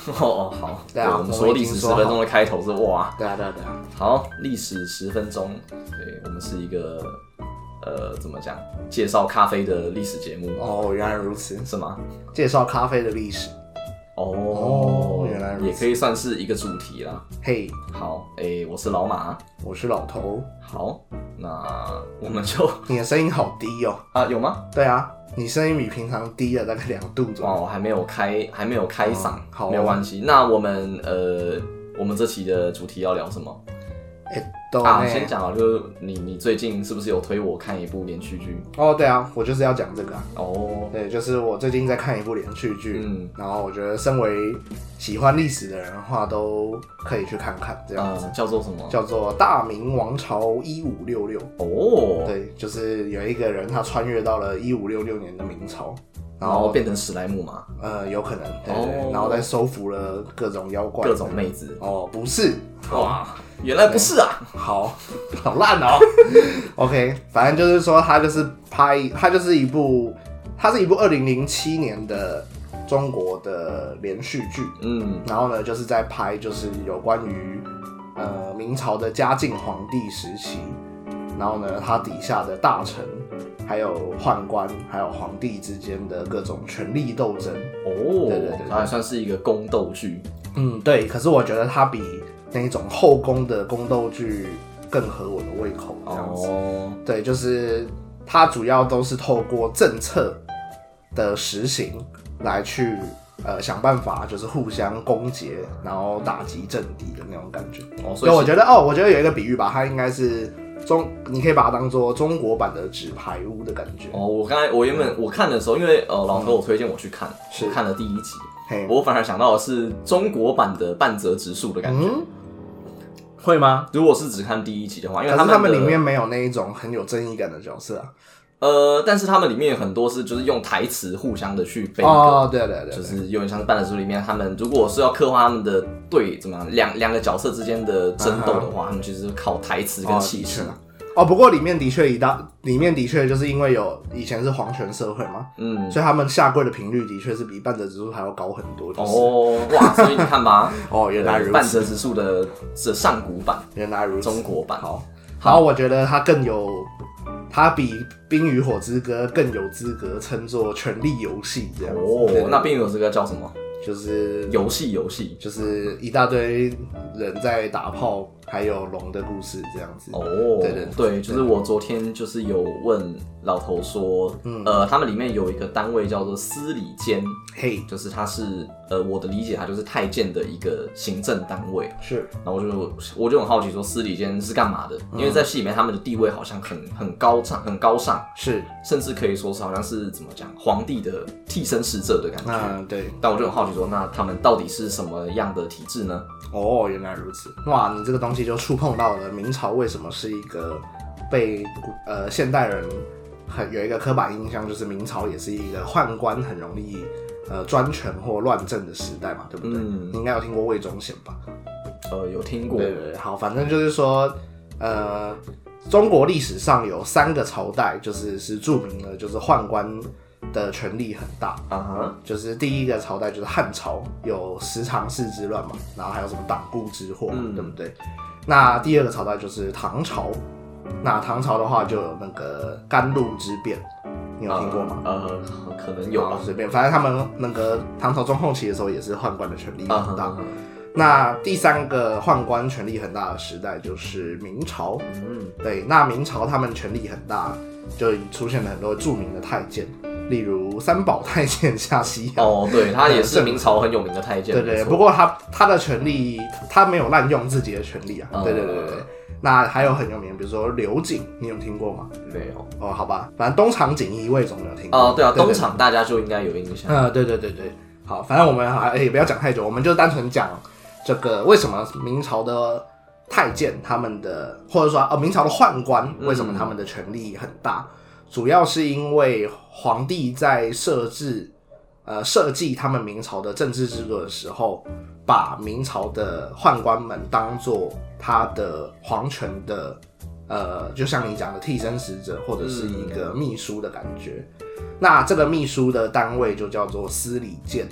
哦，好， 对啊， 我们说历史10分钟的开头是哇， 对啊。 好，历史10分钟，对，我们是一个怎么讲，介绍咖啡的历史节目。 哦，原来如此， 是吗？ 介绍咖啡的历史。 哦， 原来如此， 也可以算是一个主题啦。 嘿， 好，我是老马， 我是老头。 好，那我们就你的声音好低哦。 啊，有吗？ 对啊，你声音比平常低了大概2度左右。 哇，我还没有开嗓， 好， 没有关系。那我们这期的主题要聊什么？先讲啊，就是你最近是不是有推我看一部连续剧？ 哦，对啊，我就是要讲这个啊。 哦， 对，就是我最近在看一部连续剧，然后我觉得身为喜欢历史的人的话，都可以去看看这样子。 叫做什么？ 叫做《大明王朝1566》。 哦， 对，就是有一个人他穿越到了1566年的明朝。 然后变成史莱姆嘛？ 有可能，对，然后再收服了各种妖怪、 各种妹子。 哦，不是， 哇，原来不是啊！ 好烂哦。OK， 反正就是说，它是一部2007年的中国的连续剧。然后呢，就是在拍就是有关于明朝的嘉靖皇帝时期，然后呢，他底下的大臣。还有宦官，还有皇帝之间的各种权力斗争。哦，对， 它还算是一个宫斗剧。 对。可是我觉得它比那种后宫的宫斗剧更合我的胃口。这样子。哦，对，就是它主要都是透过政策的实行来去想办法，就是互相攻讦，然后打击政敌的那种感觉。所以我觉得有一个比喻吧，它应该是。你可以把它当做中国版的纸牌屋的感觉。 哦，我原本我看的时候，因为老头有推荐我去看，我看了第1集，我反而想到的是中国版的半泽直树的感觉。 会吗？ 如果是只看第1集的话，因为他们里面没有那一种很有正义感的角色啊。 但是他们里面有很多是就是用台词互相的去背歌。 哦，对， 就是有点像是半泽直树里面，他们如果是要刻画他们的怎么样两个角色之间的争斗的话，他们其实是靠台词跟气势。 不过里面的确就是因为以前是皇权社会嘛，所以他们下跪的频率的确是比半泽直树还要高很多。 哇，所以你看吧， 原来如此， 半泽直树的上古版， 原来如此， 中国版。好， 然后我觉得它比《冰与火之歌》更有资格称作权力游戏这样子。 那《冰与火之歌》叫什么？ 就是游戏， 就是一大堆人在打炮，还有龙的故事这样子。 对，就是我昨天就是有问老头说，他们里面有一个单位叫做司礼监，就是它是我的理解，它就是太监的一个行政单位。是，然后我就很好奇说，司礼监是干嘛的？因为在戏里面他们的地位好像很高尚，是，甚至可以说是好像是怎么讲，皇帝的替身使者的感觉。对，但我就很好奇说，那他们到底是什么样的体制呢？ 原来如此。哇，你这个东西就触碰到了明朝为什么是一个被现代人有一个刻板印象，就是明朝也是一个宦官很容易专权或乱政的时代嘛，对不对？你应该有听过魏忠贤吧？ 有听过。 对，好，反正就是说，中国历史上有3个朝代，是著名的，就是宦官的权力很大。就是第一个朝代就是汉朝，有十常侍之乱嘛，然后还有什么党锢之祸嘛，对不对？那第2个朝代就是唐朝，那唐朝的话就有那个甘露之变，你有听过吗？ 可能有吧， 随便，反正他们那个唐朝中后期的时候也是宦官的权力很大。那第3个宦官权力很大的时代就是明朝。对，那明朝他们权力很大，就出现了很多著名的太监，例如三宝太监夏西洋。 对，他也是明朝很有名的太监。 对，不过他的权力，他没有滥用自己的权力啊。对。那还有很有名，比如说刘瑾，你有听过吗？ 没有。 好吧，反正东厂锦衣卫总有听过。 对啊，东厂大家就应该有印象。 对。好，反正我们也不要讲太久，我们就单纯讲这个为什么明朝的太监他们的，或者说明朝的宦官为什么他们的权力很大，主要是因为皇帝在设计他们明朝的政治制度的时候，把明朝的宦官们当作他的皇权的就像你讲的替身使者或者是一个秘书的感觉。那这个秘书的单位就叫做司礼监。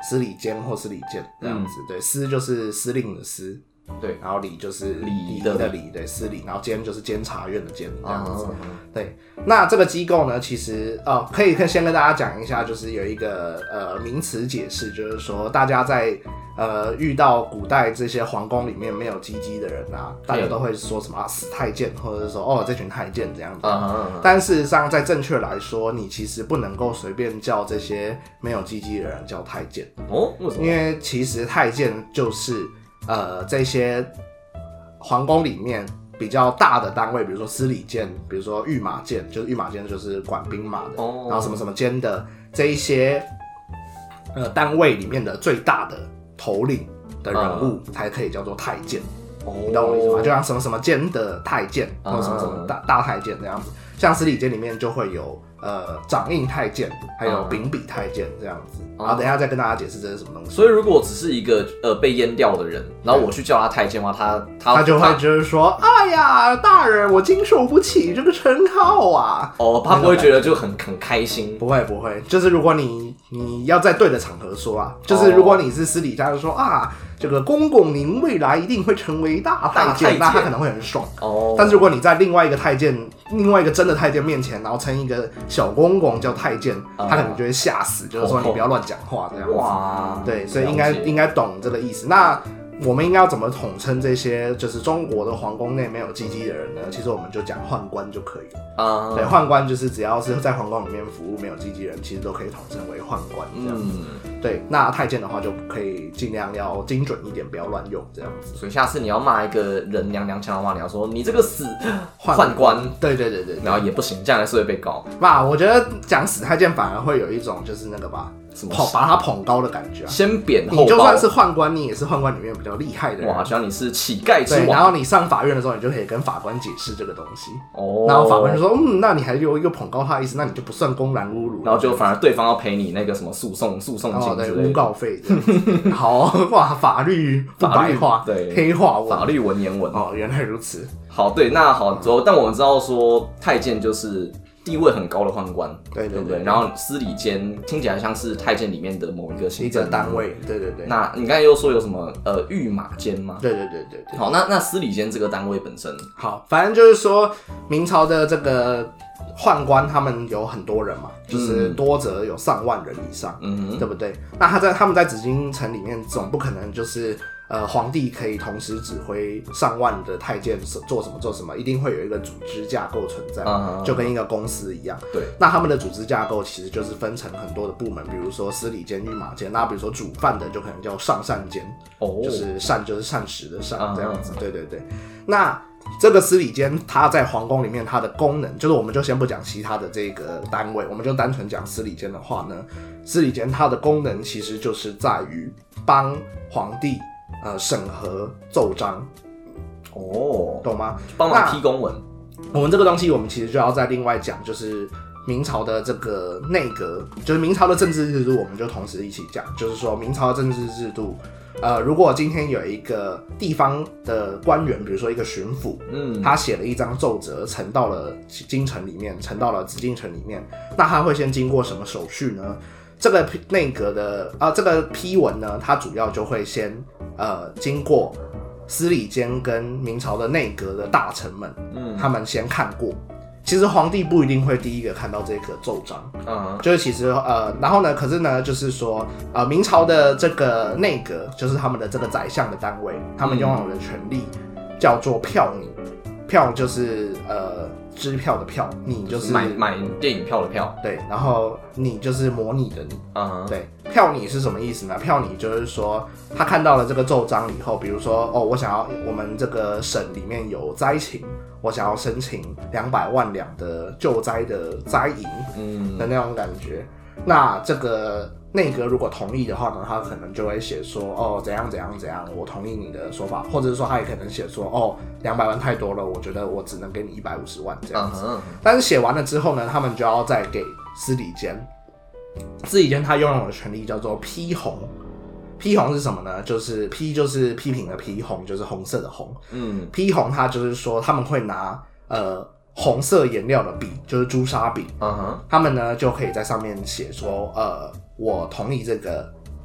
司礼监或司礼监这样子。对，司就是司令的司。对，然后礼就是礼仪的礼，对，司礼，然后监就是监察院的监这样子。对，那这个机构呢，其实可以先跟大家讲一下，就是有一个名词解释，就是说大家在遇到古代这些皇宫里面没有鸡鸡的人啊，大家都会说什么死太监，或者是说这群太监这样子。但事实上，在正确来说，你其实不能够随便叫这些没有鸡鸡的人叫太监。 为什么？ 因为其实太监就是这些皇宫里面比较大的单位，比如说司礼监，比如说御马监，就是御马监就是管兵马的，然后什么什么监的这一些单位里面的最大的头领的人物才可以叫做太监。你懂我意思吗？就像什么什么监的太监，或者什么什么大太监这样子。像司礼监里面就会有掌印太监，还有秉笔太监这样子。然后等一下再跟大家解释这是什么东西。 所以如果只是一个被阉掉的人，然后我去叫他太监的话，他就会就是说，哎呀，大人，我经受不起这个称号啊。 他不会觉得就很开心。 不会，就是如果你要在对的场合说啊，就是如果你是司礼家就说啊，这个公公您未来一定会成为大太监，那他可能会很爽。但是如果你在另外一个太监，另外一个真的太监面前，然后称一个小公公叫太监，他可能就会吓死，就是说你不要乱讲话这样子。哇，对，所以应该懂这个意思。那我们应该要怎么统称这些就是中国的皇宫内没有鸡鸡的人呢？其实我们就讲宦官就可以了。对，宦官就是只要是在皇宫里面服务没有鸡鸡人，其实都可以统称为宦官这样子。对，那太监的话就可以尽量要精准一点，不要乱用这样子。 所以下次你要骂一个人娘娘腔的话，你要说你这个死宦官。对，然后也不行，这样还是会被告。 我觉得讲死太监反而会有一种就是那个吧。把他捧高的感觉， 先贬后褒。 你就算是宦官，你也是宦官里面比较厉害的人。 哇，像你是乞丐之王。 对，然后你上法院的时候，你就可以跟法官解释这个东西。然后法官就说，那你还有一个捧高他的意思，那你就不算公然侮辱。 然后就反而对方要赔你那个什么诉讼金之类的诬告费。好哇，法律不白话，对，黑话文， 法律文言文。 原来如此。 好，对，那好，但我们知道说太监就是地位很高的宦官，对不对？然后司礼监听起来像是太监里面的某一个行政单位，对。 那你刚才又说有什么御马监吗？ 对。 好，那司礼监这个单位本身， 好，反正就是说明朝的这个宦官他们有很多人嘛，就是多则有上万人以上，对不对？那他们在紫禁城里面总不可能就是皇帝可以同时指挥上万的太监做什么，一定会有一个组织架构存在，就跟一个公司一样。对，那他们的组织架构其实就是分成很多的部门，比如说司礼监、御马监，那比如说煮饭的就可能叫上膳监，就是膳就是膳食的膳这样子。对。那这个司礼监它在皇宫里面它的功能，就是我们就先不讲其他的这个单位，我们就单纯讲司礼监的话呢，司礼监它的功能其实就是在于帮皇帝审核奏章。懂吗？ 帮忙批公文。 我们这个东西我们其实就要再另外讲，就是明朝的这个内阁，就是明朝的政治制度，我们就同时一起讲，就是说明朝的政治制度如果今天有一个地方的官员，比如说一个巡抚，他写了一张奏折呈到了京城里面，呈到了紫禁城里面，那他会先经过什么手续呢？这个内阁的这个批文呢，它主要就会先经过司礼监跟明朝的内阁的大臣们，他们先看过。其实皇帝不一定会第一个看到这个奏章，就是其实然后呢，可是呢，就是说明朝的这个内阁，就是他们的这个宰相的单位，他们拥有的权力叫做票拟，票就是支票的票，拟就是买电影票的票， 对，然后拟就是模拟的拟，对，票拟是什么意思呢？票拟就是说他看到了这个奏章以后，比如说我想要我们这个省里面有灾情，我想要申请200万两的救灾的灾银，的那种感觉。那这个内阁如果同意的话呢，他可能就会写说怎样，我同意你的说法，或者是说他也可能写说200万太多了，我觉得我只能给你150万这样子。但是写完了之后呢，他们就要再给司礼监。司礼监他拥有的权利叫做批红。批红是什么呢？就是批就是批评的批，红就是红色的红。批红它就是说他们会拿红色颜料的笔，就是朱砂笔，他们呢就可以在上面写说我同意这个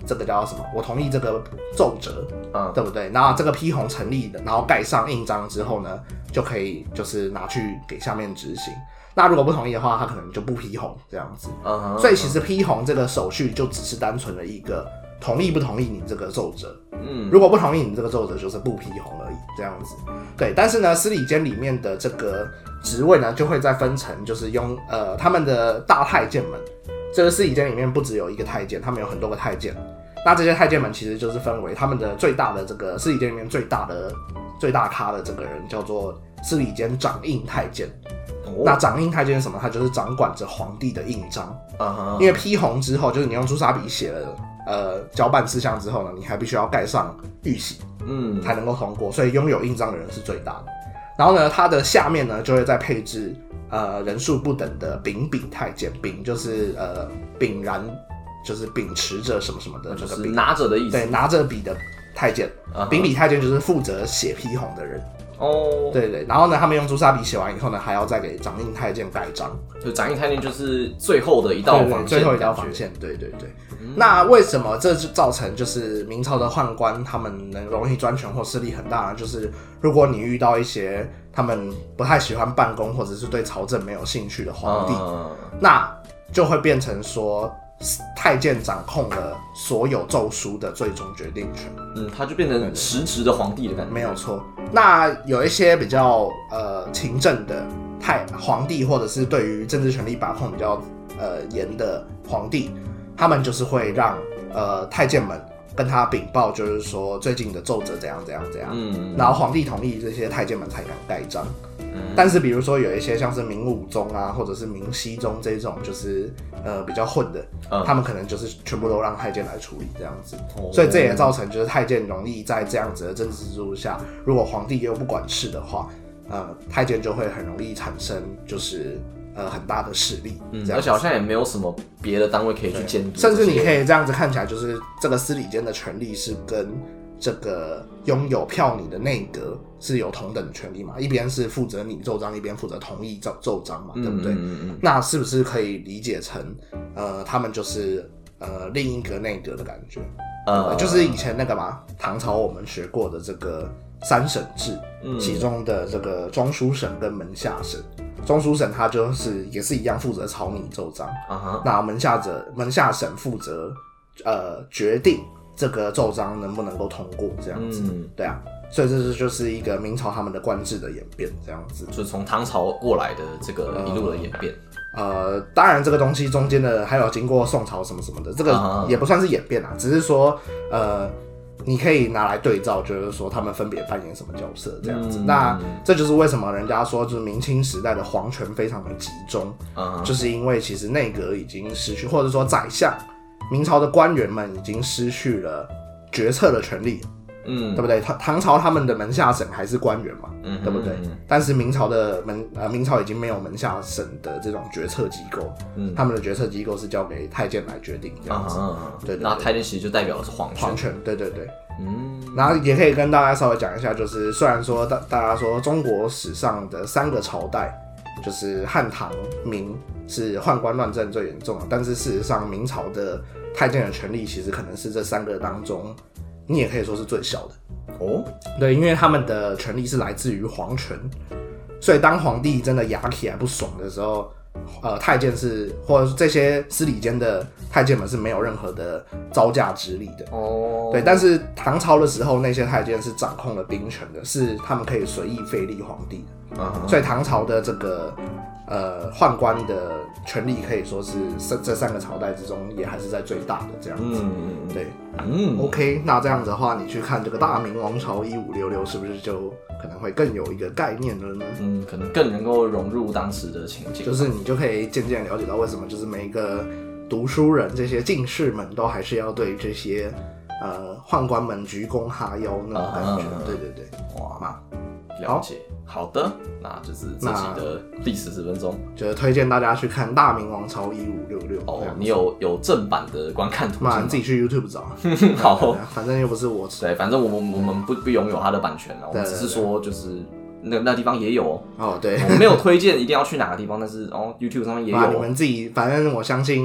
这个叫什么？我同意这个奏折，对不对？那这个批红成立的，然后盖上印章之后呢，就可以就是拿去给下面执行。那如果不同意的话，他可能就不批红这样子。所以其实批红这个手续就只是单纯的一个同意不同意你这个奏折。如果不同意你这个奏折，就是不批红而已，这样子。对，但是呢，司礼监里面的这个职位呢，就会再分成，就是他们的大太监们。这个司礼监里面不只有一个太监，他们有很多个太监。那这些太监们其实就是分为他们的最大的这个司礼监里面最大咖的这个人叫做司礼监掌印太监。那掌印太监是什么？他就是掌管着皇帝的印章。因为批红之后，就是你用朱砂笔写了交办事项之后呢，你还必须要盖上玉玺，才能够通过。所以拥有印章的人是最大的。然后呢，他的下面呢就会再配置人数不等的秉笔太监。秉就是秉然，就是秉持着什么什么的， 就是拿着的意思。 对，拿着笔的太监。秉笔太监就是负责写批红的人。对对，然后呢，他们用朱砂笔写完以后呢，还要再给掌印太监盖章。 就掌印太监就是最后的一道防线， 最后一道防线。对对对。那为什么这就造成就是明朝的宦官他们能容易专权或势力很大呢？就是如果你遇到一些他们不太喜欢办公或者是对朝政没有兴趣的皇帝，那就会变成说太监掌控了所有奏书的最终决定权。 他就变成实质的皇帝的感觉。 没有错。那有一些比较勤政的皇帝，或者是对于政治权力把控比较严的皇帝，他们就是会让太监们跟他禀报，就是说最近的奏折怎样怎样怎样，然后皇帝同意，这些太监们才敢盖章。但是比如说有一些像是明武宗啊，或者是明熹宗这种就是比较混的，他们可能就是全部都让太监来处理这样子。所以这也造成就是太监容易在这样子的政治制度下，如果皇帝又不管事的话，太监就会很容易产生就是很大的势力。 而且好像也没有什么别的单位可以去监督， 甚至你可以这样子看起来，就是这个司礼监的权力是跟这个拥有票拟的内阁是有同等的权利嘛？一边是负责拟奏章，一边负责同意奏章嘛，对不对？那是不是可以理解成他们就是另一个内阁的感觉？就是以前那个嘛，唐朝我们学过的这个三省制，其中的这个中书省跟门下省。中书省它就是也是一样负责草拟奏章，那门下省负责决定这个奏章能不能够通过这样子。对啊，所以这就是一个明朝他们的官制的演变这样子， 就是从唐朝过来的这个一路的演变。 当然这个东西中间的还有经过宋朝什么什么的，这个也不算是演变啊，只是说你可以拿来对照，就是说他们分别扮演什么角色这样子。那这就是为什么人家说就是明清时代的皇权非常的集中，就是因为其实内阁已经失去，或者说宰相明朝的官员们已经失去了决策的权利，对不对？唐朝他们的门下省还是官员嘛，对不对？但是明朝已经没有门下省的这种决策机构，他们的决策机构是交给太监来决定这样子。对， 那太监其实就代表的是皇权。 对对对。然后也可以跟大家稍微讲一下，就是虽然说大家说中国史上的3个朝代，就是汉唐明是宦官乱政最严重的，但是事实上明朝的太监的权力其实可能是这3个当中，你也可以说是最小的。对，因为他们的权力是来自于皇权，所以当皇帝真的牙起来不爽的时候，太监是或者这些司礼监的太监们是没有任何的招架之力的。对，但是唐朝的时候，那些太监是掌控了兵权的，是他们可以随意废立皇帝的。所以唐朝的这个宦官的权力可以说是这3个朝代之中也还是在最大的这样子。对，OK， 那这样子的话，你去看这个大明王朝1566，是不是就可能会更有一个概念了呢？ 可能更能够融入当时的情景， 就是你就可以渐渐了解到为什么就是每一个读书人这些进士们都还是要对这些宦官们鞠躬哈腰那种感觉。对对对， 哇，了解。好的，那就是这集的历史10分钟， 就是推荐大家去看《大明王朝1566》。 你有正版的观看途径， 你自己去 YouTube 找。 好， 反正又不是我。 对，反正我们不拥有它的版权，我们只是说就是那地方也有对， 我没有推荐一定要去哪个地方，但是YouTube 上面也有。 你们自己，反正我相信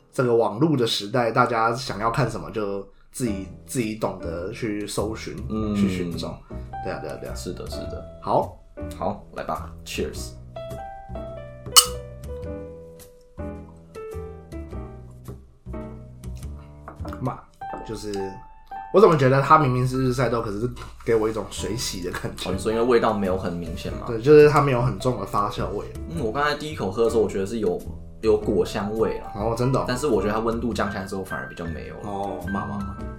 这个网络的时代，大家想要看什么就自己懂得去搜寻，去寻找。对啊， 是的， 好， 来吧 ，Cheers。 嘛，就是我怎么觉得它明明是日晒豆，可是给我一种水洗的感觉。 所以因为味道没有很明显嘛？ 对，就是它没有很重的发酵味。 我刚才第一口喝的时候，我觉得是有果香味啊。 真的。 但是我觉得它温度降下来之后反而比较没有。 妈。